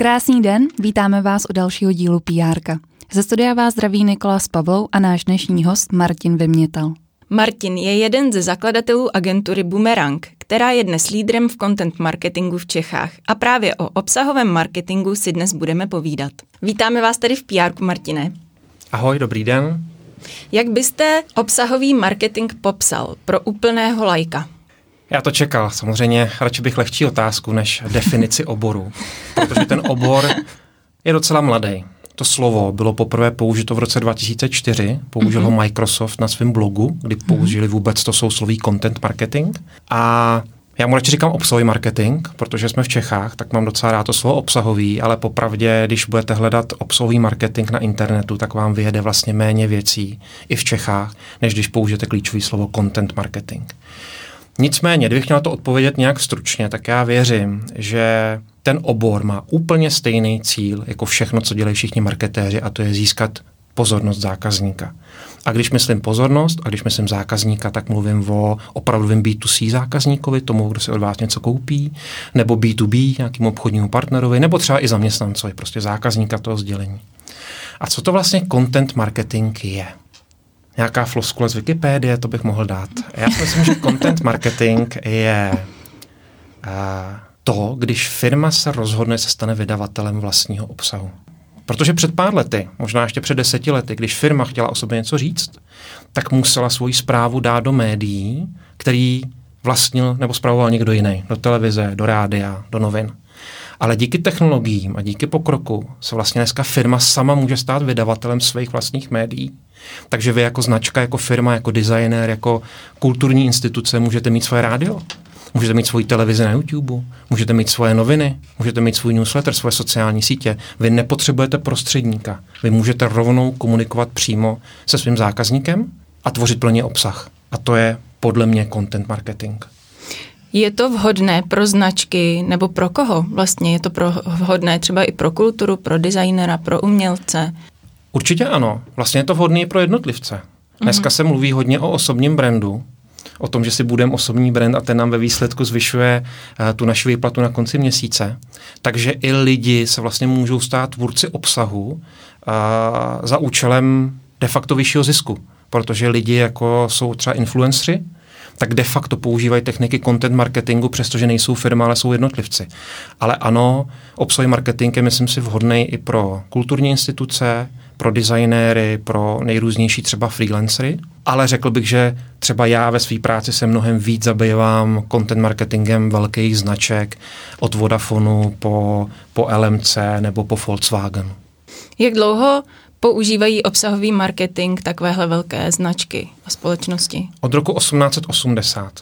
Krásný den, vítáme vás u dalšího dílu PR-ka. Ze studia vás zdraví Nikola s Pavlou a náš dnešní host Martin Vymnětal. Martin je jeden ze zakladatelů agentury Boomerang, která je dnes lídrem v content marketingu v Čechách. A právě o obsahovém marketingu si dnes budeme povídat. Vítáme vás tady v PR-ku, Martine. Ahoj, dobrý den. Jak byste obsahový marketing popsal pro úplného laika? Já to čekal. Samozřejmě radši bych lehčí otázku než definici oboru, protože ten obor je docela mladý. To slovo bylo poprvé použito v roce 2004, použil ho Microsoft na svém blogu, kdy použili vůbec to sousloví content marketing. A já mu radši říkám obsahový marketing, protože jsme v Čechách, tak mám docela rád to slovo obsahový, ale popravdě, když budete hledat obsahový marketing na internetu, tak vám vyjede vlastně méně věcí i v Čechách, než když použijete klíčové slovo content marketing. Nicméně, kdybych měl to odpovědět nějak stručně, tak já věřím, že ten obor má úplně stejný cíl jako všechno, co dělají všichni marketéři, a to je získat pozornost zákazníka. A když myslím pozornost a když myslím zákazníka, tak mluvím o opravdovém B2C zákazníkovi, tomu, kdo si od vás něco koupí, nebo B2B, nějakému obchodnímu partnerovi, nebo třeba i zaměstnancovi, prostě zákazníka toho sdělení. A co to vlastně content marketing je? Nějaká floskule z Wikipedie, to bych mohl dát. Já si myslím, že content marketing je to, když firma se rozhodne, se stane vydavatelem vlastního obsahu. Protože před pár lety, možná ještě před 10 lety, když firma chtěla o sobě něco říct, tak musela svoji zprávu dát do médií, který vlastnil nebo spravoval někdo jiný. Do televize, do rádia, do novin. Ale díky technologiím a díky pokroku se vlastně dneska firma sama může stát vydavatelem svých vlastních médií. Takže vy jako značka, jako firma, jako designer, jako kulturní instituce můžete mít svoje rádio, můžete mít svoji televizi na YouTube, můžete mít svoje noviny, můžete mít svůj newsletter, svoje sociální sítě. Vy nepotřebujete prostředníka. Vy můžete rovnou komunikovat přímo se svým zákazníkem a tvořit pro ně obsah. A to je podle mě content marketing. Je to vhodné pro značky nebo pro koho? Vlastně je to vhodné třeba i pro kulturu, pro designera, pro umělce? Určitě ano. Vlastně je to vhodné i pro jednotlivce. Dneska se mluví hodně o osobním brandu, o tom, že si budeme osobní brand a ten nám ve výsledku zvyšuje tu naši výplatu na konci měsíce. Takže i lidi se vlastně můžou stát tvůrci obsahu za účelem de facto vyššího zisku. Protože lidi jako jsou třeba influenceri, tak de facto používají techniky content marketingu, přestože nejsou firma, ale jsou jednotlivci. Ale ano, obsahový marketing je, myslím si, vhodný i pro kulturní instituce, pro designéry, pro nejrůznější třeba freelancery. Ale řekl bych, že třeba já ve své práci se mnohem víc zabývám content marketingem velkých značek od Vodafonu po LMC nebo po Volkswagen. Jak dlouho používají obsahový marketing takovéhle velké značky a společnosti? Od roku 1880.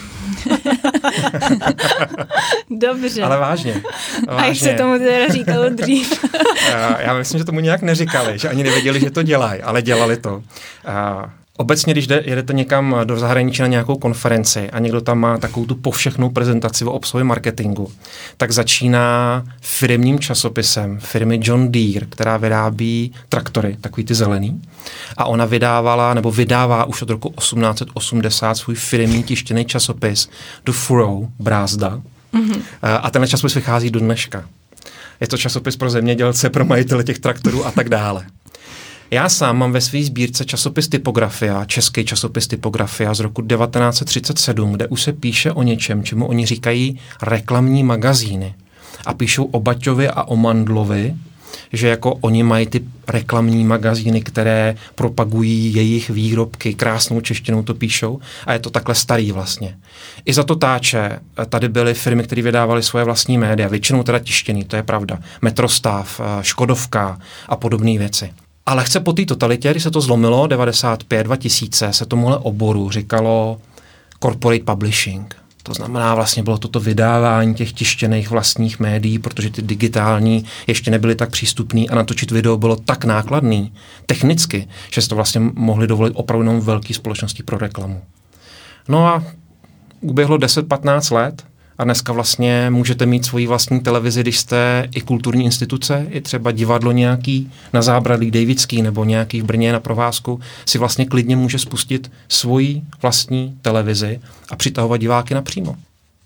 Dobře. Ale vážně. A jak se tomu teda říkalo dřív? Já myslím, že tomu nějak neříkali, že ani nevěděli, že to dělají, ale dělali to. Obecně, když jedete někam do zahraničí na nějakou konferenci a někdo tam má takovou tu povšechnou prezentaci o obsahovém marketingu, tak začíná firemním časopisem firmy John Deere, která vyrábí traktory, takový ty zelený. A ona vydávala, nebo vydává už od roku 1880 svůj firemní tištěný časopis The Furrow, brázda. A tenhle časopis vychází do dneška. Je to časopis pro zemědělce, pro majitele těch traktorů a tak dále. Já sám mám ve své sbírce časopis Typografia, český časopis Typografia z roku 1937, kde už se píše o něčem, čemu oni říkají reklamní magazíny. A píšou o Baťovi a o Mandlovi, že jako oni mají ty reklamní magazíny, které propagují jejich výrobky, krásnou češtinou to píšou a je to takhle starý vlastně. I za to táče tady byly firmy, které vydávaly svoje vlastní média, většinou teda tištěný, to je pravda. Metrostav, Škodovka a podobné věci. Ale lehce po té totalitě, když se to zlomilo, 95, 2000, se tomuhle oboru říkalo corporate publishing. To znamená, vlastně bylo toto vydávání těch tištěných vlastních médií, protože ty digitální ještě nebyly tak přístupný a natočit video bylo tak nákladný technicky, že se to vlastně mohli dovolit opravdu velké společnosti pro reklamu. No a uběhlo 10-15 let a dneska vlastně můžete mít svoji vlastní televizi, když jste i kulturní instituce, i třeba divadlo nějaký na Zábradlí Davidský nebo nějaký v Brně na provázku, si vlastně klidně může spustit svoji vlastní televizi a přitahovat diváky napřímo.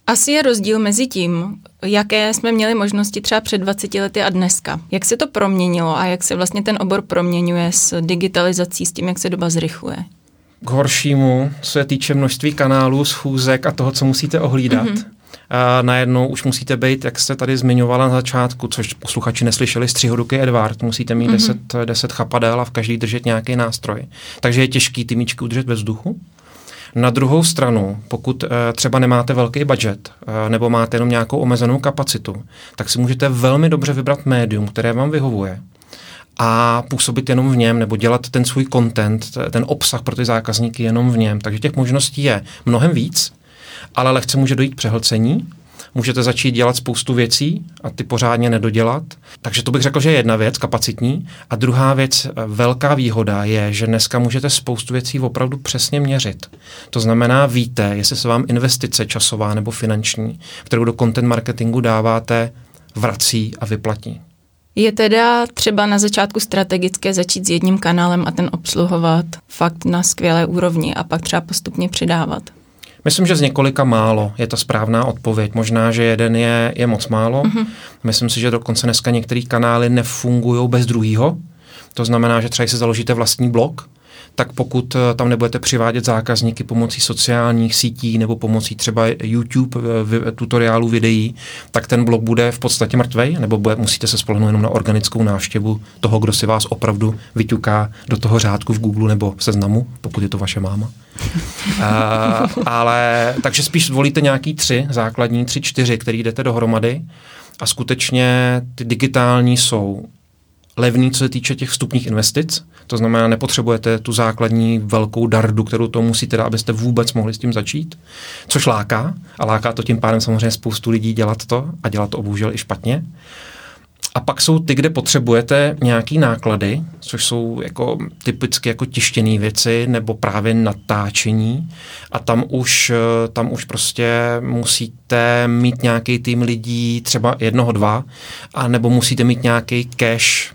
Asi je rozdíl mezi tím, jaké jsme měli možnosti třeba před 20 lety a dneska. Jak se to proměnilo a jak se vlastně ten obor proměňuje s digitalizací, s tím, jak se doba zrychluje? K horšímu, co se týče množství kanálů, schůzek a toho, co musíte ohlídat. Najednou už musíte být, jak jste tady zmiňovala na začátku, což posluchači neslyšeli, střihoruky Edward, musíte mít 10 chapadel a v každý držet nějaký nástroj. Takže je těžký ty míčky udržet ve vzduchu. Na druhou stranu, pokud třeba nemáte velký budget nebo máte jenom nějakou omezenou kapacitu, tak si můžete velmi dobře vybrat médium, které vám vyhovuje a působit jenom v něm nebo dělat ten svůj content, ten obsah pro ty zákazníky jenom v něm. Takže těch možností je mnohem víc, ale lehce může dojít k přehlcení. Můžete začít dělat spoustu věcí a ty pořádně nedodělat. Takže to bych řekl, že je jedna věc, kapacitní. A druhá věc, velká výhoda je, že dneska můžete spoustu věcí opravdu přesně měřit. To znamená, víte, jestli se vám investice časová nebo finanční, kterou do content marketingu dáváte, vrací a vyplatí. Je teda třeba na začátku strategické začít s jedním kanálem a ten obsluhovat fakt na skvělé úrovni a pak třeba postupně přidávat? Myslím, že z několika málo je ta správná odpověď. Možná, že jeden je moc málo. Myslím si, že dokonce dneska některé kanály nefungují bez druhýho. To znamená, že třeba si založíte vlastní blog, tak pokud tam nebudete přivádět zákazníky pomocí sociálních sítí nebo pomocí třeba YouTube tutoriálů videí, tak ten blog bude v podstatě mrtvej, nebo musíte se spolehnout jenom na organickou návštěvu toho, kdo si vás opravdu vyťuká do toho řádku v Google nebo v Seznamu, pokud je to vaše máma. Takže spíš volíte nějaký 3 základní, 3-4, který jdete dohromady a skutečně ty digitální jsou levný, co se týče těch vstupních investic. To znamená, nepotřebujete tu základní velkou dardu, kterou to musíte dát, abyste vůbec mohli s tím začít, což láká. A láká to tím pádem samozřejmě spoustu lidí dělat to a dělat to bohužel i špatně. A pak jsou ty, kde potřebujete nějaký náklady, což jsou jako typicky jako tištěné věci nebo právě natáčení. A tam už prostě musíte mít nějaký tým lidí, třeba 1, 2, a nebo musíte mít nějaký cash.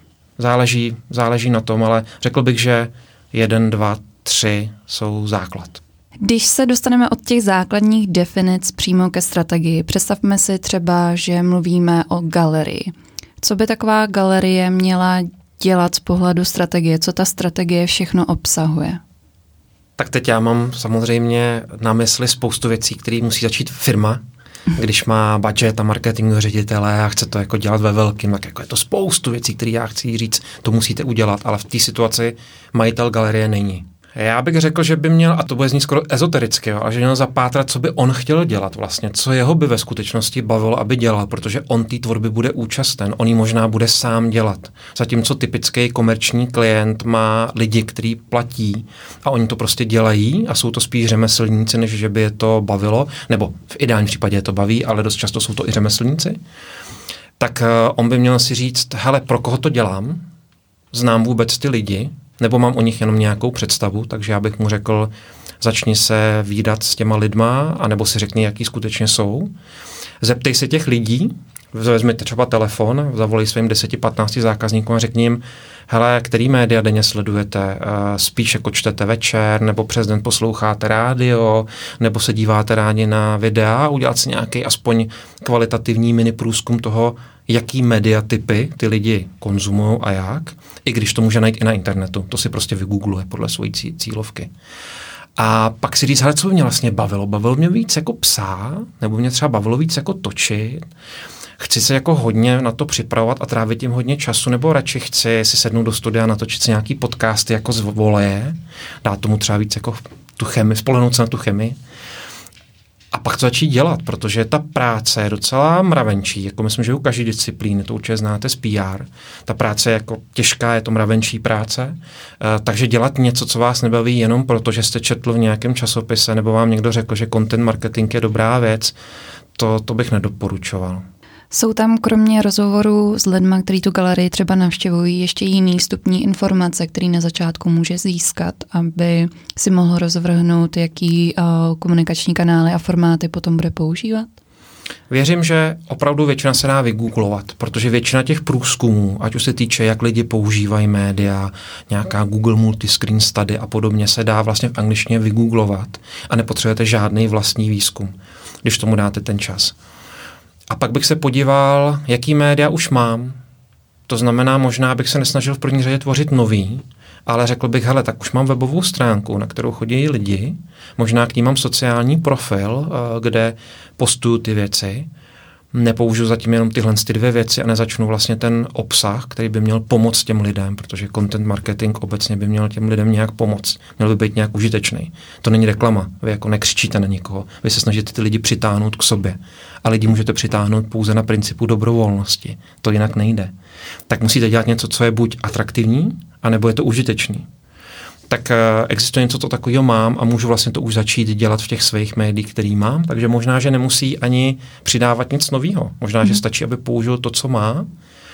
Záleží na tom, ale řekl bych, že 1, 2, 3 jsou základ. Když se dostaneme od těch základních definic přímo ke strategii, představme si třeba, že mluvíme o galerii. Co by taková galerie měla dělat z pohledu strategie? Co ta strategie všechno obsahuje? Tak teď já mám samozřejmě na mysli spoustu věcí, které musí začít firma. Když má budget a marketingového ředitele a chce to jako dělat ve velkým, tak jako je to spoustu věcí, které já chci říct, to musíte udělat, ale v té situaci majitel galerie není. Já bych řekl, že by měl, a to bude znít skoro ezotericky, ale že měl zapátrat, co by on chtěl dělat vlastně, co jeho by ve skutečnosti bavilo, aby dělal, protože on té tvorby bude účasten, on ji možná bude sám dělat. Zatímco typický komerční klient má lidi, kteří platí a oni to prostě dělají a jsou to spíš řemeslníci, než že by je to bavilo, nebo v ideálním případě je to baví, ale dost často jsou to i řemeslníci. Tak on by měl si říct, hele, pro koho to dělám, znám vůbec ty lidi, nebo mám o nich jenom nějakou představu, takže já bych mu řekl, začni se vídat s těma lidma, anebo si řekni, jaký skutečně jsou. Zeptej se těch lidí, vezměte třeba telefon, zavolej svým 10-15 zákazníkům a řekni jim, hele, který média denně sledujete, spíš jako čtete večer, nebo přes den posloucháte rádio, nebo se díváte rádi na videa, udělat si nějaký aspoň kvalitativní mini průzkum toho, jaký mediatypy ty lidi konzumují a jak, i když to může najít i na internetu, to si prostě vygoogluje podle svojí cílovky. A pak si říct, hele, co by mě vlastně bavilo? Bavilo mě víc jako psát, nebo mě třeba bavilo víc jako točit? Chci se jako hodně na to připravovat a trávit tím hodně času, nebo radši chci si sednout do studia, natočit si nějaký podcasty jako z voleje, dát tomu třeba víc jako tu chemii, spolehnout se na tu chemii. A pak to začít dělat, protože ta práce je docela mravenčí, jako myslím, že u každé disciplíny, to určitě znáte z PR. Ta práce je jako těžká, je to mravenčí práce, takže dělat něco, co vás nebaví jenom proto, že jste četl v nějakém časopise nebo vám někdo řekl, že content marketing je dobrá věc, to bych nedoporučoval. Jsou tam kromě rozhovorů s lidmi, kteří tu galerii třeba navštěvují, ještě jiný vstupní informace, který na začátku může získat, aby si mohl rozvrhnout, jaký komunikační kanály a formáty potom bude používat? Věřím, že opravdu většina se dá vygooglovat, protože většina těch průzkumů, ať už se týče, jak lidi používají média, nějaká Google Multiscreen Study a podobně, se dá vlastně v angličtině vygooglovat a nepotřebujete žádný vlastní výzkum, když tomu dáte ten čas. A pak bych se podíval, jaký média už mám. To znamená, možná bych se nesnažil v první řadě tvořit nový, ale řekl bych, hele, tak už mám webovou stránku, na kterou chodí lidi, možná k ní mám sociální profil, kde postuju ty věci, nepoužiju zatím jenom tyhle dvě věci a nezačnu vlastně ten obsah, který by měl pomoct těm lidem, protože content marketing obecně by měl těm lidem nějak pomoct, měl by být nějak užitečný. To není reklama, vy jako nekřičíte na nikoho, vy se snažíte ty lidi přitáhnout k sobě a lidi můžete přitáhnout pouze na principu dobrovolnosti, to jinak nejde. Tak musíte dělat něco, co je buď atraktivní, anebo je to užitečný. Tak existuje něco, co takového mám a můžu vlastně to už začít dělat v těch svých médiích, který mám, takže možná, že nemusí ani přidávat nic nového. Možná, že stačí, aby použil to, co má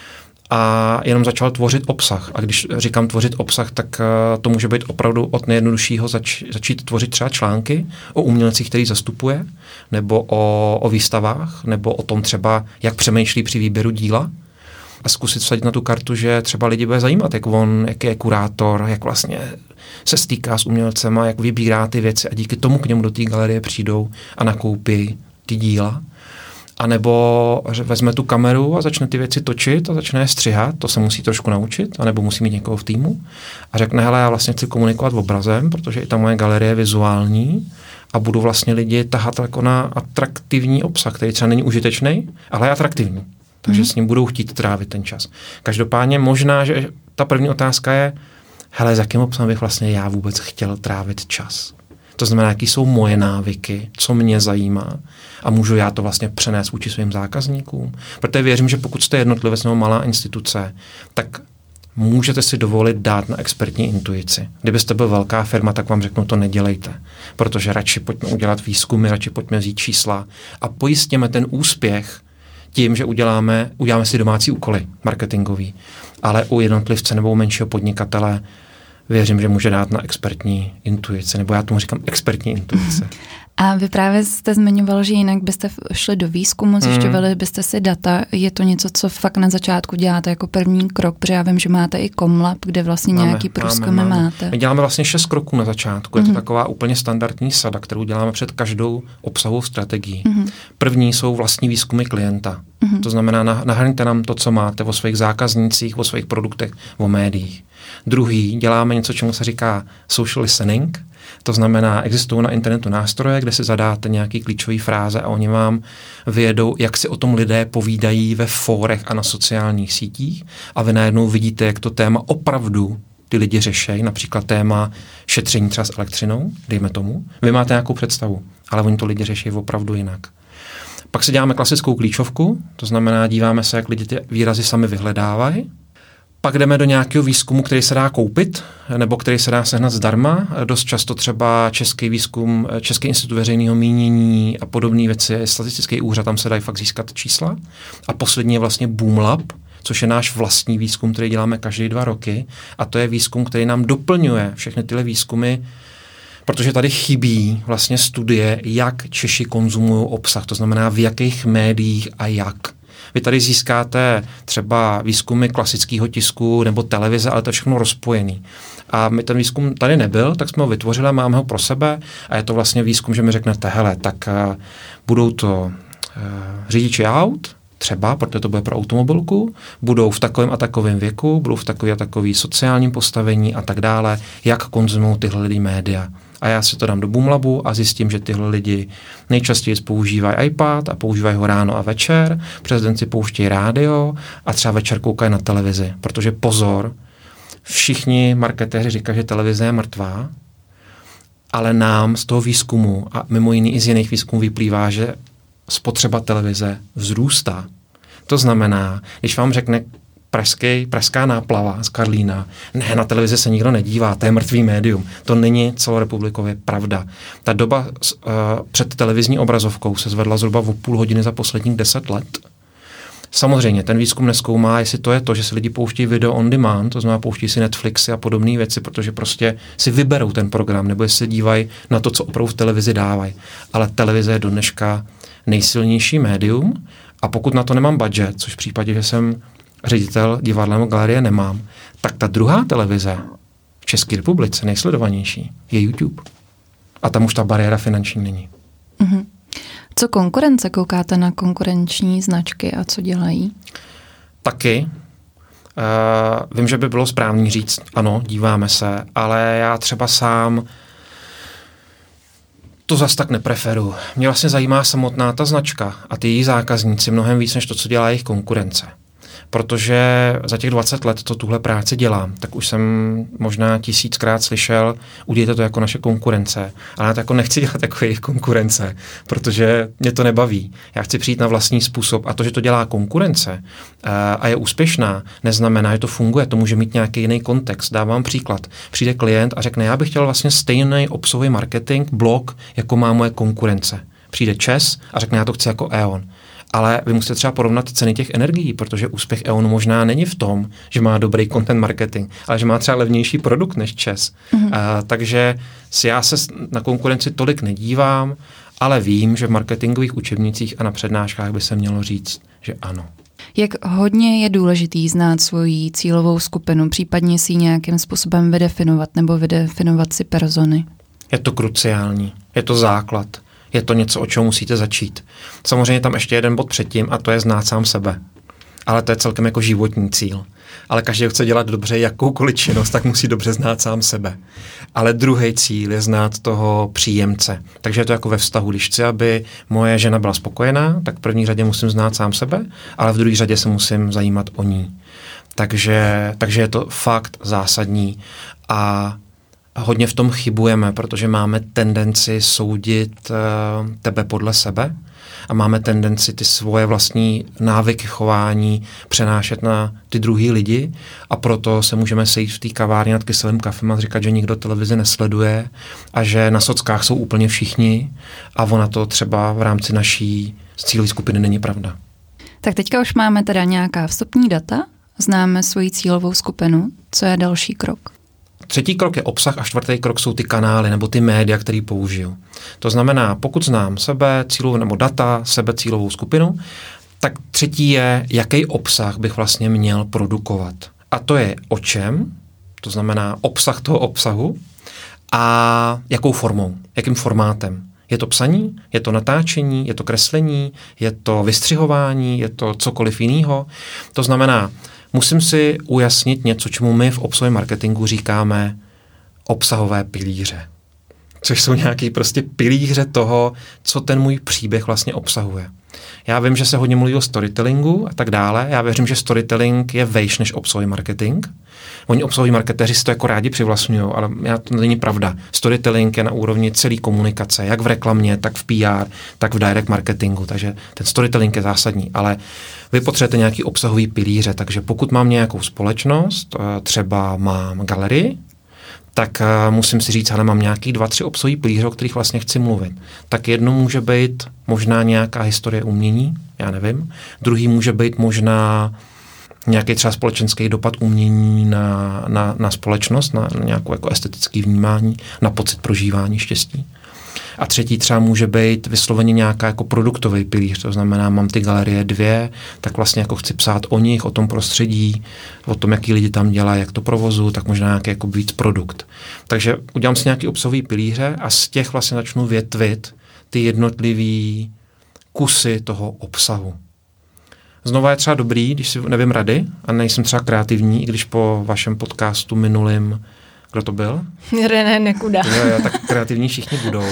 a jenom začal tvořit obsah. A když říkám tvořit obsah, tak to může být opravdu od nejjednoduššího začít tvořit třeba články o umělcích, který zastupuje, nebo o výstavách, nebo o tom třeba, jak přemýšlí při výběru díla. A zkusit vsadit na tu kartu, že třeba lidi bude zajímat, jaký je kurátor, jak vlastně se stýká s umělcema, jak vybírá ty věci a díky tomu k němu do té galerie přijdou a nakoupí ty díla. A nebo vezme tu kameru a začne ty věci točit a začne je střihat, to se musí trošku naučit, anebo musí mít někoho v týmu a řekne, hele, já vlastně chci komunikovat obrazem, protože i ta moje galerie je vizuální a budu vlastně lidi tahat jako na atraktivní obsah, který třeba není užitečný, ale je atraktivní. Takže s ním budou chtít trávit ten čas. Každopádně možná, že ta první otázka je, hele, s jakým obsahem bych vlastně já vůbec chtěl trávit čas. To znamená, jaký jsou moje návyky, co mě zajímá a můžu já to vlastně přenést vůči svým zákazníkům. Protože věřím, že pokud jste jednotlivec nebo malá instituce, tak můžete si dovolit dát na expertní intuici. Kdybyste byl velká firma, tak vám řeknu, to nedělejte. Protože radši pojďme udělat výzkumy, radši pojďme vzít čísla a pojistíme ten úspěch tím, že uděláme si domácí úkoly marketingový. Ale u jednotlivce nebo u menšího podnikatele věřím, že může dát na expertní intuici, nebo já tomu říkám expertní intuice. A vy právě jste zmiňoval, že jinak byste šli do výzkumu, zjišťovali byste si data. Je to něco, co fakt na začátku děláte jako první krok, protože já vím, že máte i Comlab, kde vlastně nějaký průzkumy máte. My děláme vlastně 6 kroků na začátku. Je to taková úplně standardní sada, kterou děláme před každou obsahovou strategií. První jsou vlastní výzkumy klienta. To znamená, nahrňte nám to, co máte o svých zákaznících, o svých produktech, o médiích. Druhý, děláme něco, čemu se říká social listening. To znamená, existují na internetu nástroje, kde si zadáte nějaký klíčový fráze a oni vám vyjedou, jak si o tom lidé povídají ve fórech a na sociálních sítích a vy najednou vidíte, jak to téma opravdu ty lidi řešejí, například téma šetření třeba s elektřinou, dejme tomu. Vy máte nějakou představu, ale oni to lidi řeší opravdu jinak. Pak si děláme klasickou klíčovku, to znamená, díváme se, jak lidi ty výrazy sami vyhledávají. Pak jdeme do nějakého výzkumu, který se dá koupit, nebo který se dá sehnat zdarma. Dost často třeba český výzkum, Český institut veřejného mínění a podobné věci, statistický úřad, tam se dají fakt získat čísla. A poslední je vlastně Boomlab, což je náš vlastní výzkum, který děláme každý 2 roky. A to je výzkum, který nám doplňuje všechny tyhle výzkumy, protože tady chybí vlastně studie, jak Češi konzumují obsah, to znamená v jakých médiích a jak. Vy tady získáte třeba výzkumy klasického tisku nebo televize, ale to je všechno rozpojený. A my ten výzkum tady nebyl, tak jsme ho vytvořili, máme ho pro sebe a je to vlastně výzkum, že mi řeknete, hele, tak budou to řidiči aut, třeba, protože to bude pro automobilku, budou v takovém a takovém věku, budou v takovém a takovém sociálním postavení a tak dále, jak konzumují tyhle lidi média. A já si to dám do Boomlabu a zjistím, že tyhle lidi nejčastěji používají iPad a používají ho ráno a večer, přes den si pouštějí rádio a třeba večer koukají na televizi. Protože pozor, všichni marketéři říkají, že televize je mrtvá, ale nám z toho výzkumu a mimo jiný i z jiných výzkumů vyplývá, že spotřeba televize vzrůstá. To znamená, když vám řekne pražská náplava z Karlína, ne, na televizi se nikdo nedívá, to je mrtvý médium. To není celorepublikově pravda. Ta doba před televizní obrazovkou se zvedla zhruba o půl hodiny za posledních 10 let. Samozřejmě, ten výzkum nezkoumá, jestli to je to, že si lidi pouští video on demand, to znamená pouští si Netflixy a podobné věci, protože prostě si vyberou ten program, nebo jestli se dívají na to, co opravdu v televizi dávají. Ale televize je do dneška nejsilnější médium a pokud na to nemám budget, což v případě, že jsem ředitel divadla nebo galerie nemám, tak ta druhá televize v České republice nejsledovanější je YouTube. A tam už ta bariéra finanční není. Mm-hmm. Co konkurence? Koukáte na konkurenční značky a co dělají? Taky. Vím, že by bylo správný říct, ano, díváme se, ale já třeba sám to zas tak nepreferuji. Mě vlastně zajímá samotná ta značka a ty její zákazníci mnohem víc, než to, co dělá jejich konkurence. Protože za těch 20 let, co tuhle práci dělám, tak už jsem možná 1000krát slyšel, udějte to jako naše konkurence. Ale já to jako nechci dělat jako jejich konkurence, protože mě to nebaví. Já chci přijít na vlastní způsob a to, že to dělá konkurence a je úspěšná, neznamená, že to funguje. To může mít nějaký jiný kontext. Dávám příklad. Přijde klient a řekne, já bych chtěl vlastně stejný obsahový marketing, blog, jako má moje konkurence. Přijde ČES a řekne, já to chci jako E.ON. Ale vy musíte třeba porovnat ceny těch energií, protože úspěch E.ONu možná není v tom, že má dobrý content marketing, ale že má třeba levnější produkt než ČES. Takže já se na konkurenci tolik nedívám, ale vím, že v marketingových učebnicích a na přednáškách by se mělo říct, že ano. Jak hodně je důležitý znát svoji cílovou skupinu, případně si ji nějakým způsobem vydefinovat nebo vydefinovat si persony? Je to kruciální, je to základ. Je to něco, o čem musíte začít. Samozřejmě tam ještě jeden bod předtím a to je znát sám sebe. Ale to je celkem jako životní cíl. Ale každý, kdo chce dělat dobře jakoukoliv činnost, tak musí dobře znát sám sebe. Ale druhý cíl je znát toho příjemce. Takže je to jako ve vztahu. Když chci, aby moje žena byla spokojená, tak v první řadě musím znát sám sebe, ale v druhé řadě se musím zajímat o ní. Takže je to fakt zásadní a hodně v tom chybujeme, protože máme tendenci soudit tebe podle sebe a máme tendenci ty svoje vlastní návyky chování přenášet na ty druhý lidi a proto se můžeme sejít v té kavárně nad kyselým kafem a říkat, že nikdo televizi nesleduje a že na sockách jsou úplně všichni a ona to třeba v rámci naší cílové skupiny není pravda. Tak teďka už máme teda nějaká vstupní data, známe svoji cílovou skupinu. Co je další krok? Třetí krok je obsah a čtvrtý krok jsou ty kanály nebo ty média, který použiju. To znamená, pokud znám sebe, cílovou nebo data, sebe, cílovou skupinu, tak třetí je, jaký obsah bych vlastně měl produkovat. A to je o čem, to znamená obsah toho obsahu a jakou formou, jakým formátem. Je to psaní, je to natáčení, je to kreslení, je to vystřihování, je to cokoliv jiného. To znamená, musím si ujasnit něco, čemu my v obsahovém marketingu říkáme obsahové pilíře. Což jsou nějaký prostě pilíře toho, co ten můj příběh vlastně obsahuje. Já vím, že se hodně mluví o storytellingu a tak dále. Já věřím, že storytelling je vejš než obsahový marketing. Oni obsahoví marketéři si to jako rádi přivlastňují, ale to není pravda. Storytelling je na úrovni celé komunikace, jak v reklamě, tak v PR, tak v direct marketingu. Takže ten storytelling je zásadní, ale vy potřebujete nějaký obsahový pilíře, takže pokud mám nějakou společnost, třeba mám galerii, tak musím si říct, ale mám nějaký 2-3 obsahový pilíře, o kterých vlastně chci mluvit. Tak jedno může být možná nějaká historie umění, já nevím. Druhý může být možná nějaký třeba společenský dopad umění na společnost, na nějakou jako estetické vnímání, na pocit prožívání štěstí. A třetí třeba může být vysloveně nějaká jako produktový pilíř, to znamená, mám ty galerie 2, tak vlastně jako chci psát o nich, o tom prostředí, o tom, jaký lidi tam dělají, jak to provozu, tak možná nějaký jako víc produkt. Takže udělám si nějaký obsahový pilíře a z těch vlastně začnu větvit ty jednotlivý kusy toho obsahu. Znova je třeba dobrý, když si nevím rady a nejsem třeba kreativní, i když po vašem podcastu minulým, kdo to byl? René Nekuda. Jo, tak kreativní všichni budou.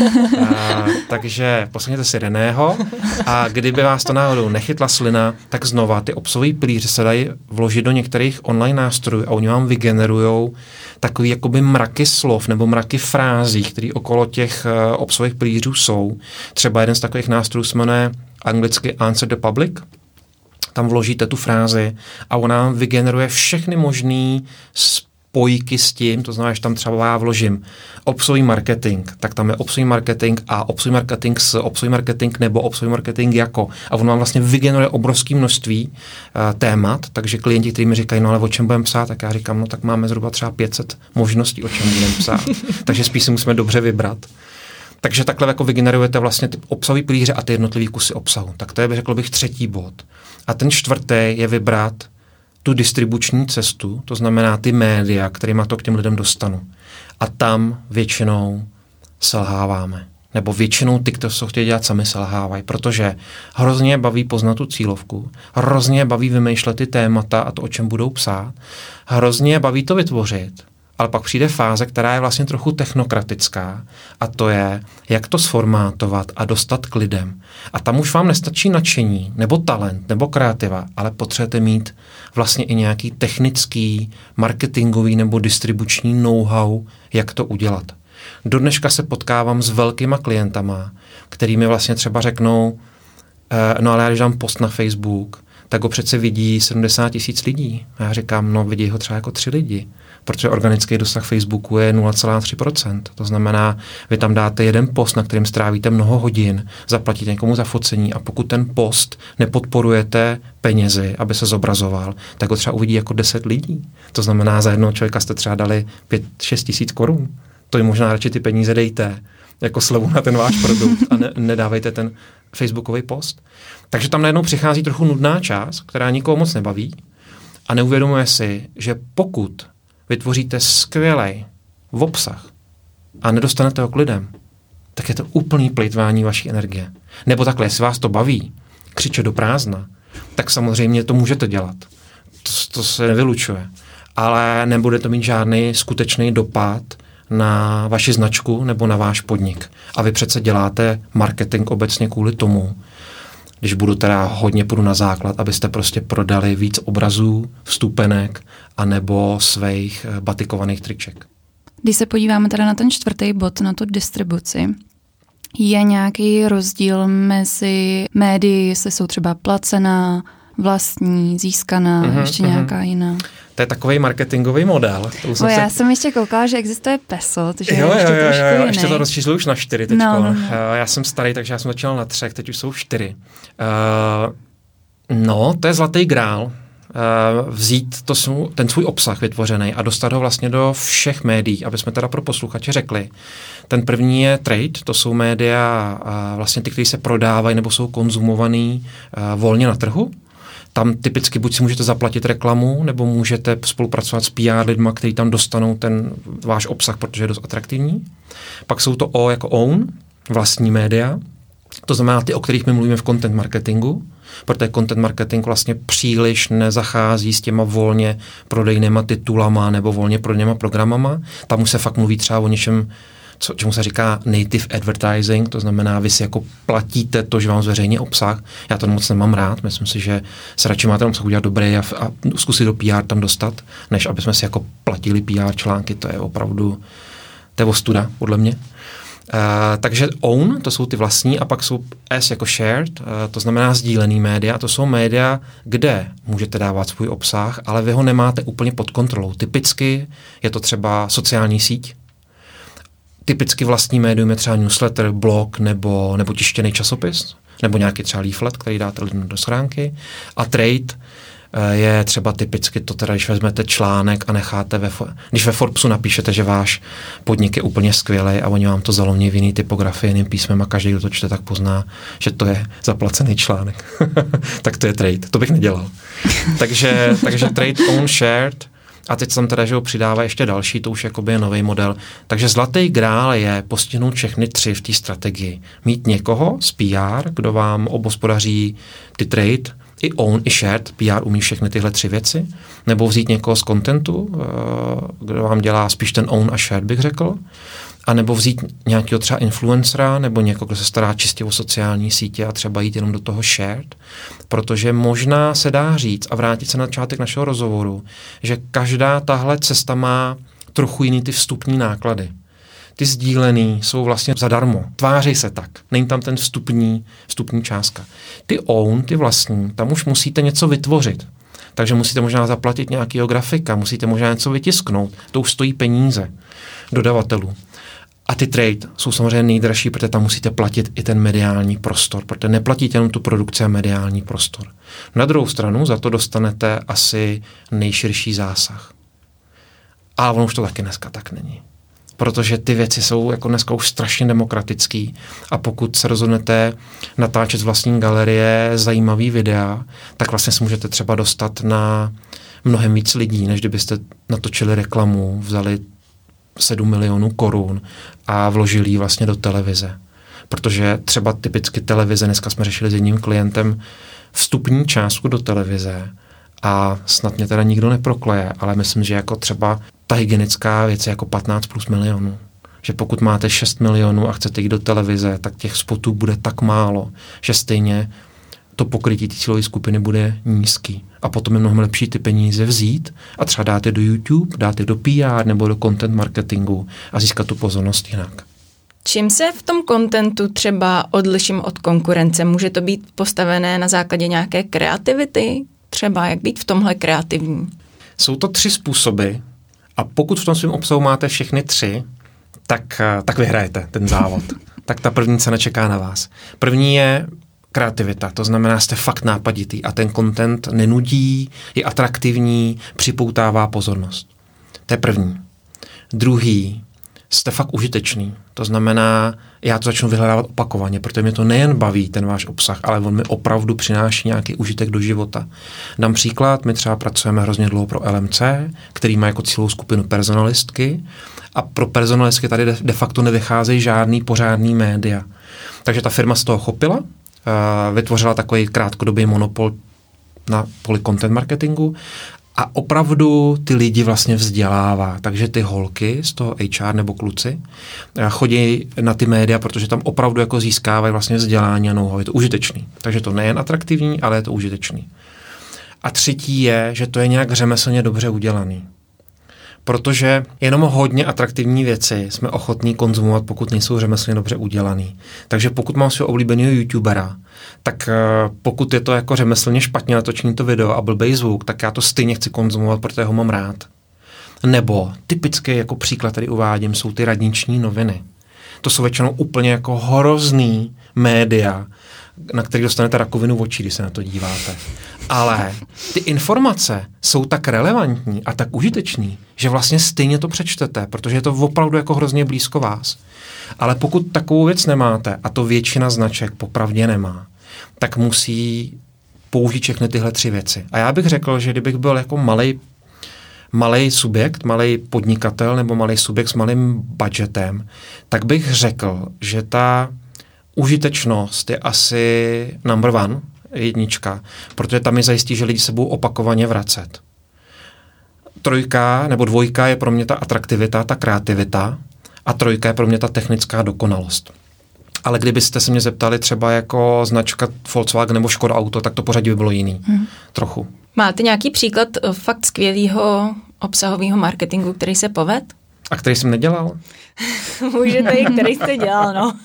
Takže poslechněte si Reného a kdyby vás to náhodou nechytla slina, tak znova ty obsahové pilíře se dají vložit do některých online nástrojů a oni vám vygenerujou takový jakoby mraky slov nebo mraky frází, které okolo těch obsahových pilířů jsou. Třeba jeden z takových nástrojů se jmenuje anglicky Answer the Public. Tam vložíte tu frázi a ona vygeneruje všechny možný spojky s tím, to znamená, že tam třeba já vložím obsahový marketing, tak tam je obsahový marketing a obsahový marketing s obsahový marketing nebo obsahový marketing jako. A on vám vlastně vygeneruje obrovské množství témat, takže klienti, kteří mi říkají, no ale o čem budeme psát, tak já říkám, no tak máme zhruba třeba 500 možností, o čem budeme psát. Takže spíš si musíme dobře vybrat. Takže takhle jako vygenerujete vlastně ty obsahové pilíře a ty jednotlivý kusy obsahu. Tak to je, řekl bych, 3. bod. A ten 4. je vybrat tu distribuční cestu, to znamená ty média, kterýma to k těm lidem dostanu. A tam většinou selháváme. Nebo většinou ty, kdo to chtějí dělat, sami selhávají, protože hrozně baví poznat tu cílovku, hrozně baví vymýšlet ty témata a to, o čem budou psát, hrozně baví to vytvořit, ale pak přijde fáze, která je vlastně trochu technokratická a to je, jak to sformátovat a dostat k lidem. A tam už vám nestačí nadšení, nebo talent, nebo kreativa, ale potřebujete mít vlastně i nějaký technický, marketingový nebo distribuční know-how, jak to udělat. Do dneška se potkávám s velkýma klientama, který mi vlastně třeba řeknou, no ale já když dám post na Facebook, tak ho přece vidí 70 000 lidí. A já říkám, no vidí ho třeba jako 3 lidi, protože organický dosah Facebooku je 0,3%. To znamená, vy tam dáte jeden post, na kterém strávíte mnoho hodin, zaplatíte někomu za focení a pokud ten post nepodporujete penězi, aby se zobrazoval, tak ho třeba uvidí jako 10 lidí. To znamená, za jednoho člověka jste třeba dali 5-6 tisíc korun. To je možná radši ty peníze dejte jako slevu na ten váš produkt a nedávejte ten facebookový post. Takže tam najednou přichází trochu nudná část, která nikoho moc nebaví a neuvědomuje si, že pokud vytvoříte skvělej obsah a nedostanete ho k lidem, tak je to úplný plýtvání vaší energie. Nebo takhle, jestli vás to baví, křičet do prázdna, tak samozřejmě to můžete dělat. To se nevylučuje. Ale nebude to mít žádný skutečný dopad na vaši značku nebo na váš podnik. A vy přece děláte marketing obecně kvůli tomu, když půjdu na základ, abyste prostě prodali víc obrazů, vstupenek anebo svých batikovaných triček. Když se podíváme teda na ten 4. bod, na tu distribuci, je nějaký rozdíl mezi médii, jestli jsou třeba placená, vlastní, získaná, ještě nějaká jiná? To je takový marketingový model. Já jsem ještě koukala, že existuje PESO, takže jo, ještě trošku jiný. Ještě to rozčíslo už na 4 teďko. No. Já jsem starý, takže já jsem začal na 3, teď už jsou 4. To je zlatý grál. Vzít ten svůj obsah vytvořený a dostat ho vlastně do všech médií, aby jsme teda pro posluchače řekli. Ten první je trade, to jsou média vlastně ty, které se prodávají nebo jsou konzumovaný volně na trhu. Tam typicky buď si můžete zaplatit reklamu, nebo můžete spolupracovat s PR lidma, kteří tam dostanou ten váš obsah, protože je dost atraktivní. Pak jsou to O jako own, vlastní média. To znamená ty, o kterých my mluvíme v content marketingu, protože content marketing vlastně příliš nezachází s těma volně prodejnýma titulama nebo volně prodejnýma programama. Tam už se fakt mluví třeba o něčem, čemu se říká native advertising, to znamená, vy si jako platíte to, že vám zveřejní obsah. Já to moc nemám rád, myslím si, že se radši máte obsah udělat dobrý a zkusit do PR tam dostat, než aby jsme si jako platili PR články, to je opravdu, to je ostuda, podle mě. Takže own, to jsou ty vlastní, a pak jsou S jako shared, to znamená sdílený média, to jsou média, kde můžete dávat svůj obsah, ale vy ho nemáte úplně pod kontrolou. Typicky je to třeba sociální síť, typicky vlastní médium je třeba newsletter, blog nebo tištěný časopis, nebo nějaký třeba leaflet, který dáte lidem do schránky. A trade je třeba typicky to teda, když vezmete článek a necháte když ve Forbesu napíšete, že váš podnik je úplně skvělý a oni vám to zalomějí v jiný typografii, jiným písmem a každý, kdo to čte, tak pozná, že to je zaplacený článek. Tak to je trade. To bych nedělal. takže trade, own, shared. A teď tam teda, že ho přidává ještě další, to už jakoby je nový model. Takže zlatý grál je postihnout všechny 3 v té strategii. Mít někoho z PR, kdo vám obhospodaří ty trade, i own, i shared, PR umí všechny tyhle 3 věci, nebo vzít někoho z contentu, kdo vám dělá spíš ten own a shared, bych řekl, a nebo vzít nějakého třeba influencera, nebo někoho, kdo se stará čistě o sociální sítě a třeba jít jenom do toho shared, protože možná se dá říct a vrátit se na začátek našeho rozhovoru, že každá tahle cesta má trochu jiný ty vstupní náklady. Ty sdílený jsou vlastně zadarmo. Tváří se tak. Není tam ten vstupní částka. Ty own, ty vlastní, tam už musíte něco vytvořit. Takže musíte možná zaplatit nějakého grafika, musíte možná něco vytisknout. To už stojí peníze dodavatelů. A ty trade jsou samozřejmě nejdražší, protože tam musíte platit i ten mediální prostor, protože neplatíte jenom tu produkci a mediální prostor. Na druhou stranu za to dostanete asi nejširší zásah. Ale ono už to taky dneska tak není. protože ty věci jsou jako dneska už strašně demokratický a pokud se rozhodnete natáčet z vlastní galerie zajímavý videa, tak vlastně se můžete třeba dostat na mnohem víc lidí, než kdybyste natočili reklamu, vzali 7 milionů korun a vložili ji vlastně do televize. Protože třeba typicky televize, dneska jsme řešili s jedním klientem vstupní částku do televize a snad mě teda nikdo neprokleje, ale myslím, že jako třeba ta hygienická věc je jako 15 plus milionů. Že pokud máte 6 milionů a chcete jít do televize, tak těch spotů bude tak málo, že stejně to pokrytí té cílové skupiny bude nízký. A potom je mnohem lepší ty peníze vzít a třeba dát je do YouTube, dát je do PR nebo do content marketingu a získat tu pozornost jinak. Čím se v tom contentu třeba odliším od konkurence? Může to být postavené na základě nějaké kreativity? Třeba jak být v tomhle kreativní? Jsou to 3 způsoby a pokud v tom svém obsahu máte všechny 3, tak vyhrajete ten závod. Tak ta první cena čeká na vás. První je kreativita, to znamená, jste fakt nápaditý a ten content nenudí, je atraktivní, připoutává pozornost. To je první. Druhý, jste fakt užitečný. To znamená, já to začnu vyhledávat opakovaně, protože mě to nejen baví, ten váš obsah, ale on mi opravdu přináší nějaký užitek do života. Dám příklad, my třeba pracujeme hrozně dlouho pro LMC, který má jako cílovou skupinu personalistky a pro personalistky tady de facto nevycházejí žádný pořádný média. Takže ta firma z toho chopila, vytvořila takový krátkodobý monopol na poli content marketingu a opravdu ty lidi vlastně vzdělává. Takže ty holky z toho HR nebo kluci chodí na ty média, protože tam opravdu jako získávají vlastně vzdělání a know-how. Je to užitečný. Takže to nejen atraktivní, ale je to užitečný. A třetí je, že to je nějak řemeslně dobře udělaný. Protože jenom hodně atraktivní věci jsme ochotní konzumovat, pokud nejsou řemeslně dobře udělaný. Takže pokud mám svého oblíbeného youtubera, tak pokud je to jako řemeslně špatně natočený to video a blbej zvuk, tak já to stejně chci konzumovat, protože ho mám rád. Nebo typicky jako příklad tady uvádím, jsou ty radniční noviny. To jsou většinou úplně jako hrozný média, na který dostanete rakovinu v očí, když se na to díváte. Ale ty informace jsou tak relevantní a tak užitečný, že vlastně stejně to přečtete, protože je to opravdu jako hrozně blízko vás. Ale pokud takovou věc nemáte, a to většina značek popravdě nemá, tak musí použít všechny tyhle 3 věci. A já bych řekl, že kdybych byl jako malej subjekt, malej podnikatel nebo malej subjekt s malým budgetem, tak bych řekl, že ta užitečnost je asi number 1, jednička, protože tam mi zajistí, že lidi se budou opakovaně vracet. 3 nebo 2 je pro mě ta atraktivita, ta kreativita a 3 je pro mě ta technická dokonalost. Ale kdybyste se mě zeptali třeba jako značka Volkswagen nebo Škoda Auto, tak to pořadí by bylo jiný. Trochu. Máte nějaký příklad fakt skvělého obsahového marketingu, který se povedl? A který jsem nedělal? Můžete i který jste dělal, no.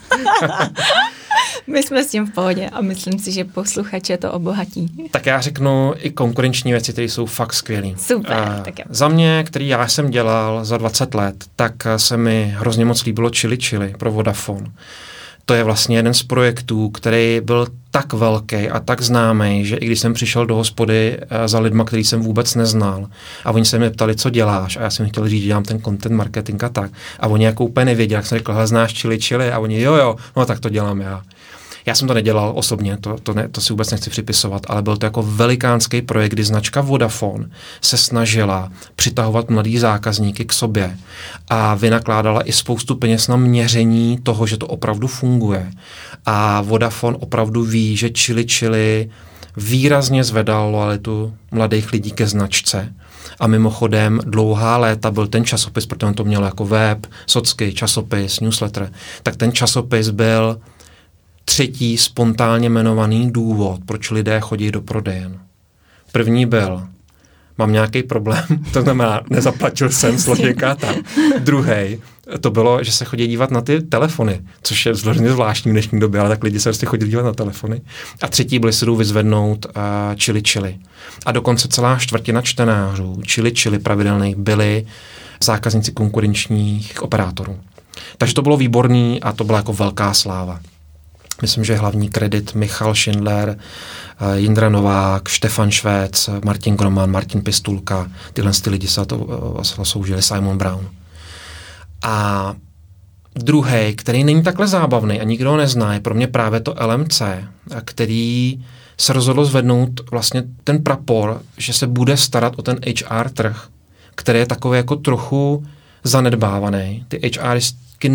My jsme s tím v pohodě a myslím si, že posluchače to obohatí. Tak já řeknu i konkurenční věci, které jsou fakt skvělý. Super, tak jo. Za mě, který já jsem dělal za 20 let, tak se mi hrozně moc líbilo Chili Chili pro Vodafone. To je vlastně jeden z projektů, který byl tak velký a tak známý, že i když jsem přišel do hospody za lidma, který jsem vůbec neznal a oni se mě ptali, co děláš a já jsem chtěl říct, že dělám ten content marketing a tak. A oni jako úplně nevěděli, jak jsem řekl, hele, znáš Chili Chili? A oni jo, no tak to dělám já. Já jsem to nedělal osobně, to si vůbec nechci připisovat, ale byl to jako velikánský projekt, kdy značka Vodafone se snažila přitahovat mladý zákazníky k sobě a vynakládala i spoustu peněz na měření toho, že to opravdu funguje. A Vodafone opravdu ví, že Chili Chili výrazně zvedal loajalitu mladých lidí ke značce. A mimochodem dlouhá léta byl ten časopis, protože on to měl jako web, socky, časopis, newsletter, tak ten časopis byl 3. spontánně jmenovaný důvod, proč lidé chodí do prodejen. První byl, mám nějaký problém, to znamená, nezaplatil jsem složenka tam. Druhý, to bylo, že se chodí dívat na ty telefony, což je hrozně zvláštní v dnešní době, ale tak lidi se chodí dívat na telefony. A 3. byli se jdou vyzvednout Chili Chili. A dokonce celá 1/4 čtenářů Chili Chili pravidelných byli zákazníci konkurenčních operátorů. Takže to bylo výborný a to byla jako velká sláva. Myslím, že hlavní kredit Michal Schindler, Jindra Novák, Štefan Švéc, Martin Groman, Martin Pistulka, tyhle lidi se to soužili, Simon Brown. A druhý, který není takhle zábavný a nikdo ho nezná, je pro mě právě to LMC, který se rozhodlo zvednout vlastně ten prapor, že se bude starat o ten HR trh, který je takový jako trochu zanedbávaný. Ty HRistky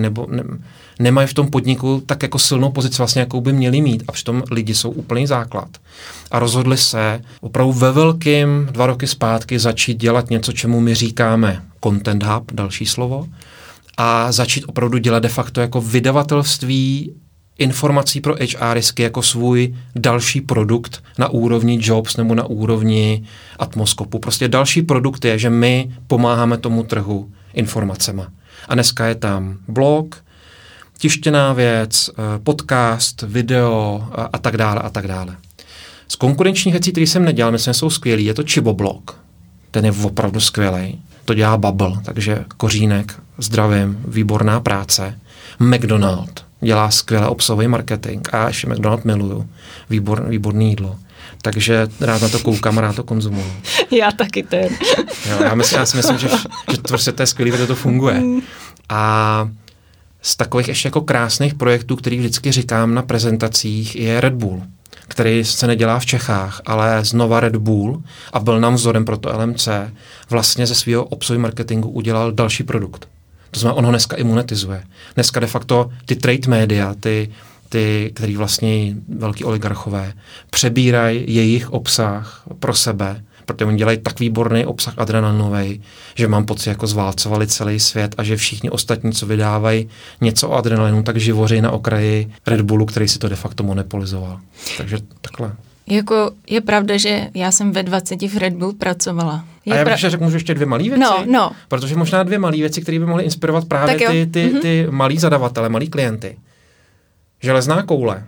nemají v tom podniku tak jako silnou pozici vlastně, jakou by měli mít a přitom lidi jsou úplný základ. A rozhodli se opravdu ve velkým 2 roky zpátky začít dělat něco, čemu my říkáme Content Hub, další slovo, a začít opravdu dělat de facto jako vydavatelství informací pro HRistky jako svůj další produkt na úrovni Jobs nebo na úrovni Atmoskopu. Prostě další produkt je, že my pomáháme tomu trhu informacema. A dneska je tam blog, tištěná věc, podcast, video a tak dále a tak dále. Z konkurenčních věcí, které jsem nedělal, myslím, jsou skvělý, je to Chiboblog. Ten je opravdu skvělej. To dělá Bubble, takže Kořínek, zdravím, výborná práce. McDonald dělá skvělý obsahový marketing a ještě McDonald miluju. Výborný jídlo. Takže rád na to koukám, rád to konzumuju. Já taky ten. Jo, já si myslím, že prostě to je skvělý, protože to funguje. A z takových ještě jako krásných projektů, který vždycky říkám na prezentacích, je Red Bull, který se nedělá v Čechách, ale znova Red Bull a byl nám vzorem pro to LMC, vlastně ze svého obsahového marketingu udělal další produkt. To znamená, on ho dneska i monetizuje. Dneska de facto ty trade media, ty, který vlastně velký oligarchové, přebírají jejich obsah pro sebe, protože oni dělají tak výborný obsah adrenalinový, že mám pocit, jako zválcovali celý svět a že všichni ostatní, co vydávají něco o adrenalinu, tak živoří na okraji Red Bullu, který si to de facto monopolizoval. Takže takhle. Jako je pravda, že já jsem ve 20 v Red Bull pracovala. A já bych řekl, můžu ještě 2 malé věci? No. Protože možná 2 malé věci, které by mohly inspirovat právě ty malý zadavatele, malý klienty. Železná koule.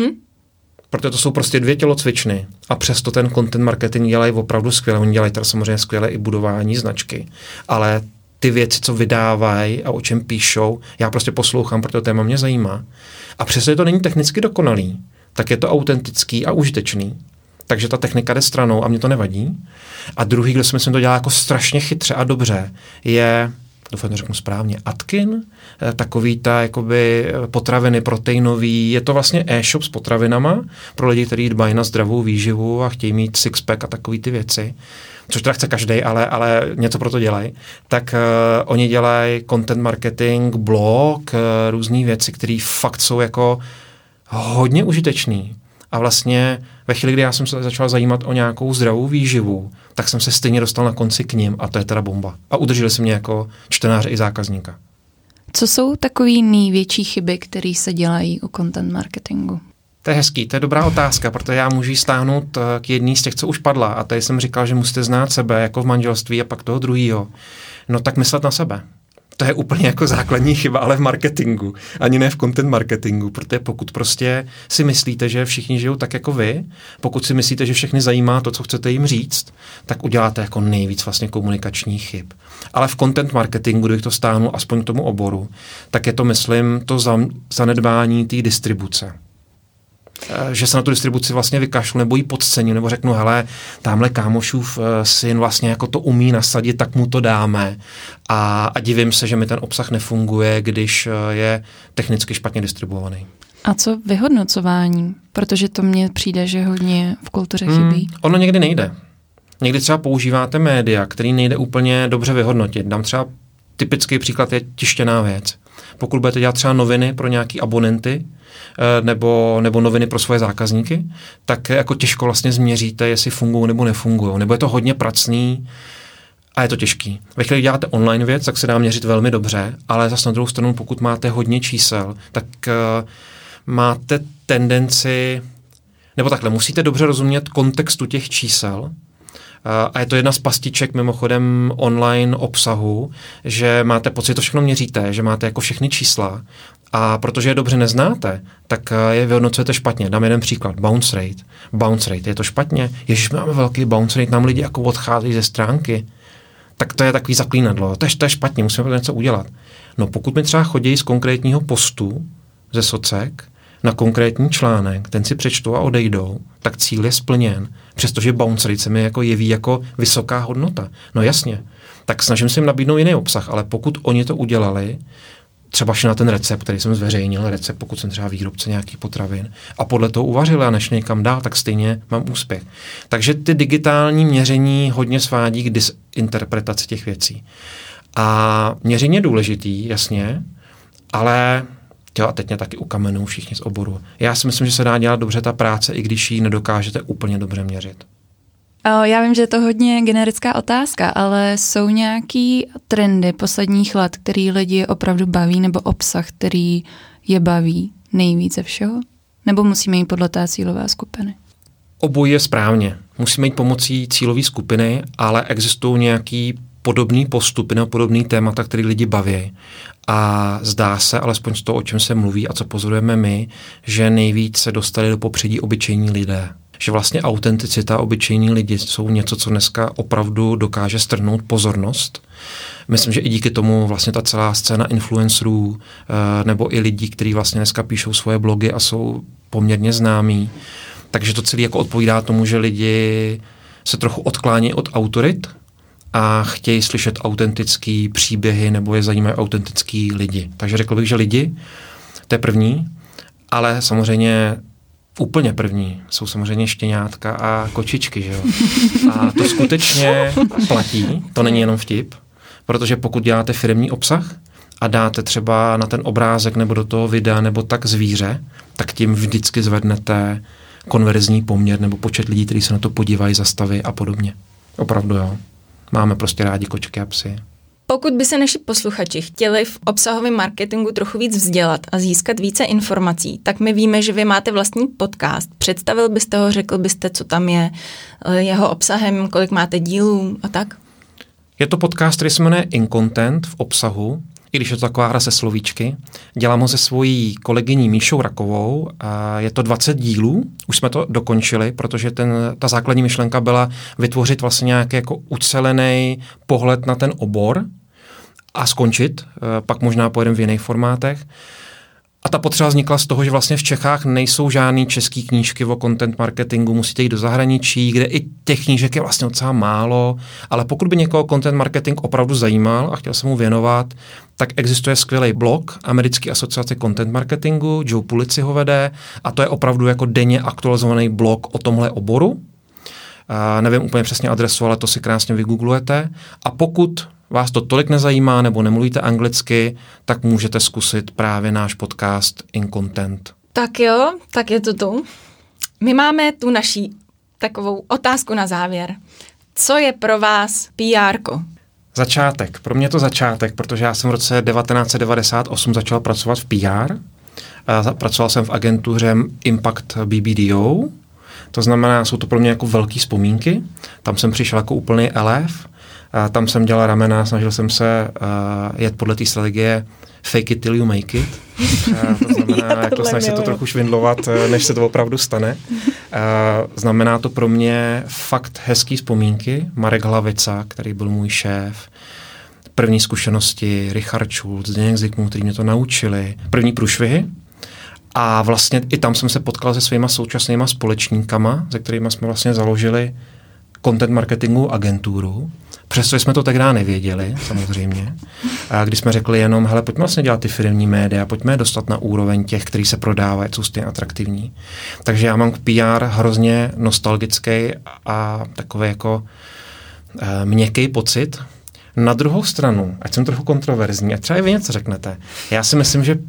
Protože to jsou prostě 2 tělocvičny a přesto ten content marketing dělají opravdu skvěle. Oni dělají teda samozřejmě skvěle i budování značky, ale ty věci, co vydávají a o čem píšou, já prostě poslouchám, protože to téma mě zajímá. A přestože to není technicky dokonalý, tak je to autentický a užitečný. Takže ta technika jde stranou a mě to nevadí. A druhý, kdo si myslím, to dělá jako strašně chytře a dobře, je, doufám, to řeknu správně, Atkin, takový ta jakoby potraviny proteinový, je to vlastně e-shop s potravinama pro lidi, kteří dbají na zdravou výživu a chtějí mít sixpack a takový ty věci, což teda chce každej, ale něco pro to dělají. Tak oni dělají content marketing, blog, různý věci, které fakt jsou jako hodně užitečný. A vlastně ve chvíli, kdy já jsem se začal zajímat o nějakou zdravou výživu, tak jsem se stejně dostal na konci k nim a to je teda bomba. A udrželi se mě jako čtenáře i zákazníka. Co jsou takový největší chyby, které se dělají u content marketingu? To je hezký, to je dobrá otázka, protože já můžu stáhnout k jedný z těch, co už padla. A tady jsem říkal, že musíte znát sebe jako v manželství a pak toho druhýho. No tak myslet na sebe. To je úplně jako základní chyba, ale v marketingu, ani ne v content marketingu, protože pokud prostě si myslíte, že všichni žijou tak jako vy, pokud si myslíte, že všechny zajímá to, co chcete jim říct, tak uděláte jako nejvíc vlastně komunikačních chyb. Ale v content marketingu, když to stáhnu aspoň k tomu oboru, tak je to, myslím, to zanedbání té distribuce. Že se na tu distribuci vlastně vykašlu nebo ji podcením, nebo řeknu, hele, tamhle kámošův syn vlastně jako to umí nasadit, tak mu to dáme a divím se, že mi ten obsah nefunguje, když je technicky špatně distribuovaný. A co vyhodnocování? Protože to mně přijde, že hodně v kultuře chybí. Ono někdy nejde. Někdy třeba používáte média, který nejde úplně dobře vyhodnotit. Dám třeba typický příklad je tištěná věc. Pokud budete dělat třeba noviny pro nějaký abonenty, nebo noviny pro svoje zákazníky, tak jako těžko vlastně změříte, jestli fungují nebo nefungují. Nebo je to hodně pracný a je to těžký. Ve chvíli, kdy děláte online věc, tak se dá měřit velmi dobře, ale zase na druhou stranu, pokud máte hodně čísel, tak máte tendenci, nebo takhle, musíte dobře rozumět kontextu těch čísel. A je to jedna z pastiček mimochodem online obsahu, že máte pocit, že to všechno měříte, že máte jako všechny čísla a protože je dobře neznáte, tak je vyhodnocujete špatně. Dám jeden příklad. Bounce rate. Bounce rate. Je to špatně? Ježiš, máme velký bounce rate, nám lidi jako odcházejí ze stránky. Tak to je takový zaklínadlo. To je špatně, musíme něco udělat. No pokud mi třeba chodí z konkrétního postu ze socek na konkrétní článek, ten si přečtou a odejdou, tak cíl je splněn, přestože bounce rate se mi jako jeví jako vysoká hodnota. No jasně, tak snažím se jim nabídnout jiný obsah, ale pokud oni to udělali, třeba šli na ten recept, který jsem zveřejnil, recept, pokud jsem třeba výrobce nějakých potravin, a podle toho uvařili a nešli někam dál, tak stejně mám úspěch. Takže ty digitální měření hodně svádí k disinterpretaci těch věcí. A měření je důležitý, jasně, ale a teď mě taky ukamenují všichni z oboru. Já si myslím, že se dá dělat dobře ta práce, i když ji nedokážete úplně dobře měřit. Já vím, že je to hodně generická otázka, ale jsou nějaký trendy posledních let, který lidi opravdu baví, nebo obsah, který je baví nejvíce všeho? Nebo musíme jít podle té cílové skupiny? Obojí je správně. Musíme jít pomocí cílové skupiny, ale existují nějaký podobný postupy nebo podobný témata, který lidi baví. A zdá se, alespoň z toho, o čem se mluví a co pozorujeme my, že nejvíc se dostali do popředí obyčejní lidé. Že vlastně autenticita, obyčejní lidi jsou něco, co dneska opravdu dokáže strhnout pozornost. Myslím, že i díky tomu vlastně ta celá scéna influencerů nebo i lidí, kteří vlastně dneska píšou svoje blogy a jsou poměrně známí. Takže to celé jako odpovídá tomu, že lidi se trochu odklání od autorit a chtějí slyšet autentický příběhy nebo je zajímají autentický lidi. Takže řekl bych, že lidi, to je první, ale samozřejmě úplně první jsou samozřejmě štěňátka a kočičky, že jo. A to skutečně platí, to není jenom vtip, protože pokud děláte firemní obsah a dáte třeba na ten obrázek nebo do toho videa nebo tak zvíře, tak tím vždycky zvednete konverzní poměr nebo počet lidí, kteří se na to podívají, zastaví a podobně. Opravdu jo. Máme prostě rádi kočky a psy. Pokud by se naši posluchači chtěli v obsahovém marketingu trochu víc vzdělat a získat více informací, tak my víme, že vy máte vlastní podcast. Představil byste ho, řekl byste, co tam je jeho obsahem, kolik máte dílů a tak? Je to podcast, který se jmenuje InContent v obsahu, i když je to taková hra se slovíčky. Dělám ho se svojí kolegyní Míšou Rakovou. A je to 20 dílů, už jsme to dokončili, protože ta základní myšlenka byla vytvořit vlastně nějaký jako ucelený pohled na ten obor a skončit, pak možná pojedeme v jiných formátech. A ta potřeba vznikla z toho, že vlastně v Čechách nejsou žádný český knížky o content marketingu, musíte jít do zahraničí, kde i těch knížek je vlastně docela málo, ale pokud by někoho content marketing opravdu zajímal a chtěl se mu věnovat, tak existuje skvělý blog Americké asociace content marketingu, Joe Pulici ho vede a to je opravdu jako denně aktualizovaný blog o tomhle oboru. Nevím úplně přesně adresu, ale to si krásně vygooglujete. A pokud vás to tolik nezajímá nebo nemluvíte anglicky, tak můžete zkusit právě náš podcast InContent. Tak jo, tak je to tu. My máme tu naší takovou otázku na závěr. Co je pro vás PR-ko? Začátek. Pro mě to začátek, protože já jsem v roce 1998 začal pracovat v PR. Pracoval jsem v agentuře Impact BBDO. To znamená, jsou to pro mě jako velký vzpomínky. Tam jsem přišel jako úplný elef. Tam jsem dělal ramena, snažil jsem se jet podle té strategie fake it till you make it. To znamená, jako snaž se to trochu švindlovat, než se to opravdu stane. Znamená to pro mě fakt hezký vzpomínky. Marek Hlavica, který byl můj šéf, první zkušenosti, Richard Schulz, Zdeněk Zikmund, kteří mě to naučili, první průšvihy. A vlastně i tam jsem se potkal se svýma současnýma společníkama, se kterými jsme vlastně založili content marketingovou agenturu. Přesto jsme to tehdy nevěděli, samozřejmě. A když jsme řekli jenom, hele, pojďme vlastně dělat ty firemní média, pojďme dostat na úroveň těch, kteří se prodávají, jsou stejně atraktivní. Takže já mám k PR hrozně nostalgický a takový jako měkký pocit. Na druhou stranu, ať jsem trochu kontroverzní, a třeba i vy něco řeknete, já si myslím, že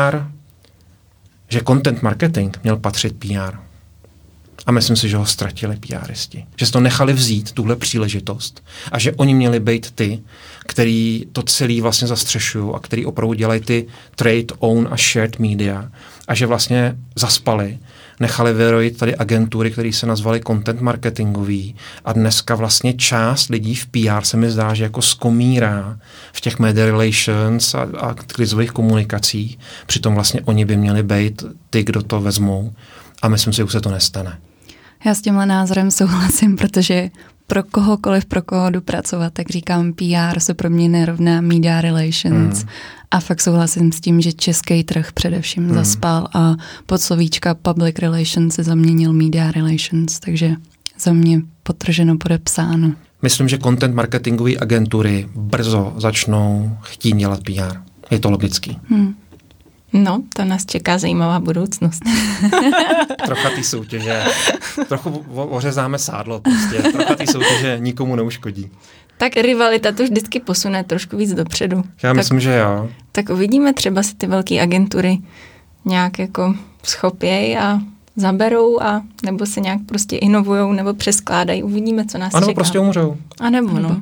že content marketing měl patřit PR. A myslím si, že ho ztratili PRisti. Že si to nechali vzít, tuhle příležitost. A že oni měli být ty, který to celý vlastně zastřešují a který opravdu dělají ty trade, own a shared media. A že vlastně zaspali, nechali vyrojit tady agentury, které se nazvaly content marketingový. A dneska vlastně část lidí v PR se mi zdá, že jako skomírá v těch media relations a krizových komunikacích. Přitom vlastně oni by měli být ty, kdo to vezmou. A myslím si, že už se to nestane. Já s tímhle názorem souhlasím, protože pro kohokoliv, pro koho jdu pracovat, tak říkám, PR se pro mě nerovná media relations. A fakt souhlasím s tím, že český trh především zaspal a pod slovíčka public relations se zaměnil media relations, takže za mě podtrženo, podepsáno. Myslím, že content marketingové agentury brzo začnou chtít dělat PR. Je to logický. No, to nás čeká zajímavá budoucnost. Trocha ty soutěže, trochu ořezáme sádlo prostě. Trocha ty soutěže nikomu neuškodí. Tak rivalita to vždycky posune trošku víc dopředu. Já myslím, že jo. Tak uvidíme, třeba si ty velké agentury nějak jako schopějí a zaberou a nebo se nějak prostě inovujou nebo přeskládají. Uvidíme, co nás čeká. A nebo prostě umřou. A nebo no.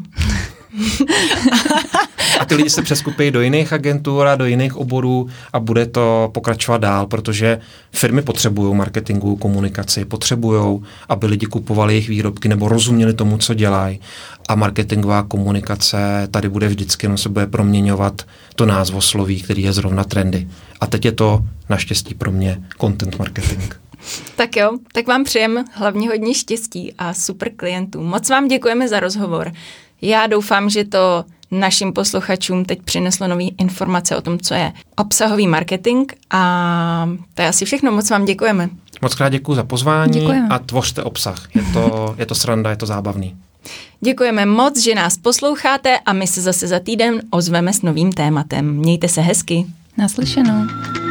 A ty lidi se přeskupí do jiných agentur a do jiných oborů a bude to pokračovat dál, protože firmy potřebují marketingovou komunikaci, potřebují, aby lidi kupovali jejich výrobky nebo rozuměli tomu, co dělají. A marketingová komunikace tady bude vždycky, no se bude proměňovat to názvosloví, který je zrovna trendy. A teď je to naštěstí pro mě content marketing. Tak jo, tak vám přejeme hlavně hodně štěstí a super klientů. Moc vám děkujeme za rozhovor. Já doufám, že to našim posluchačům teď přineslo nové informace o tom, co je obsahový marketing a to je asi všechno. Moc vám děkujeme. Moc krát děkuji za pozvání. Děkujeme. A tvořte obsah. Je to sranda, je to zábavný. Děkujeme moc, že nás posloucháte a my se zase za týden ozveme s novým tématem. Mějte se hezky. Naslyšenou.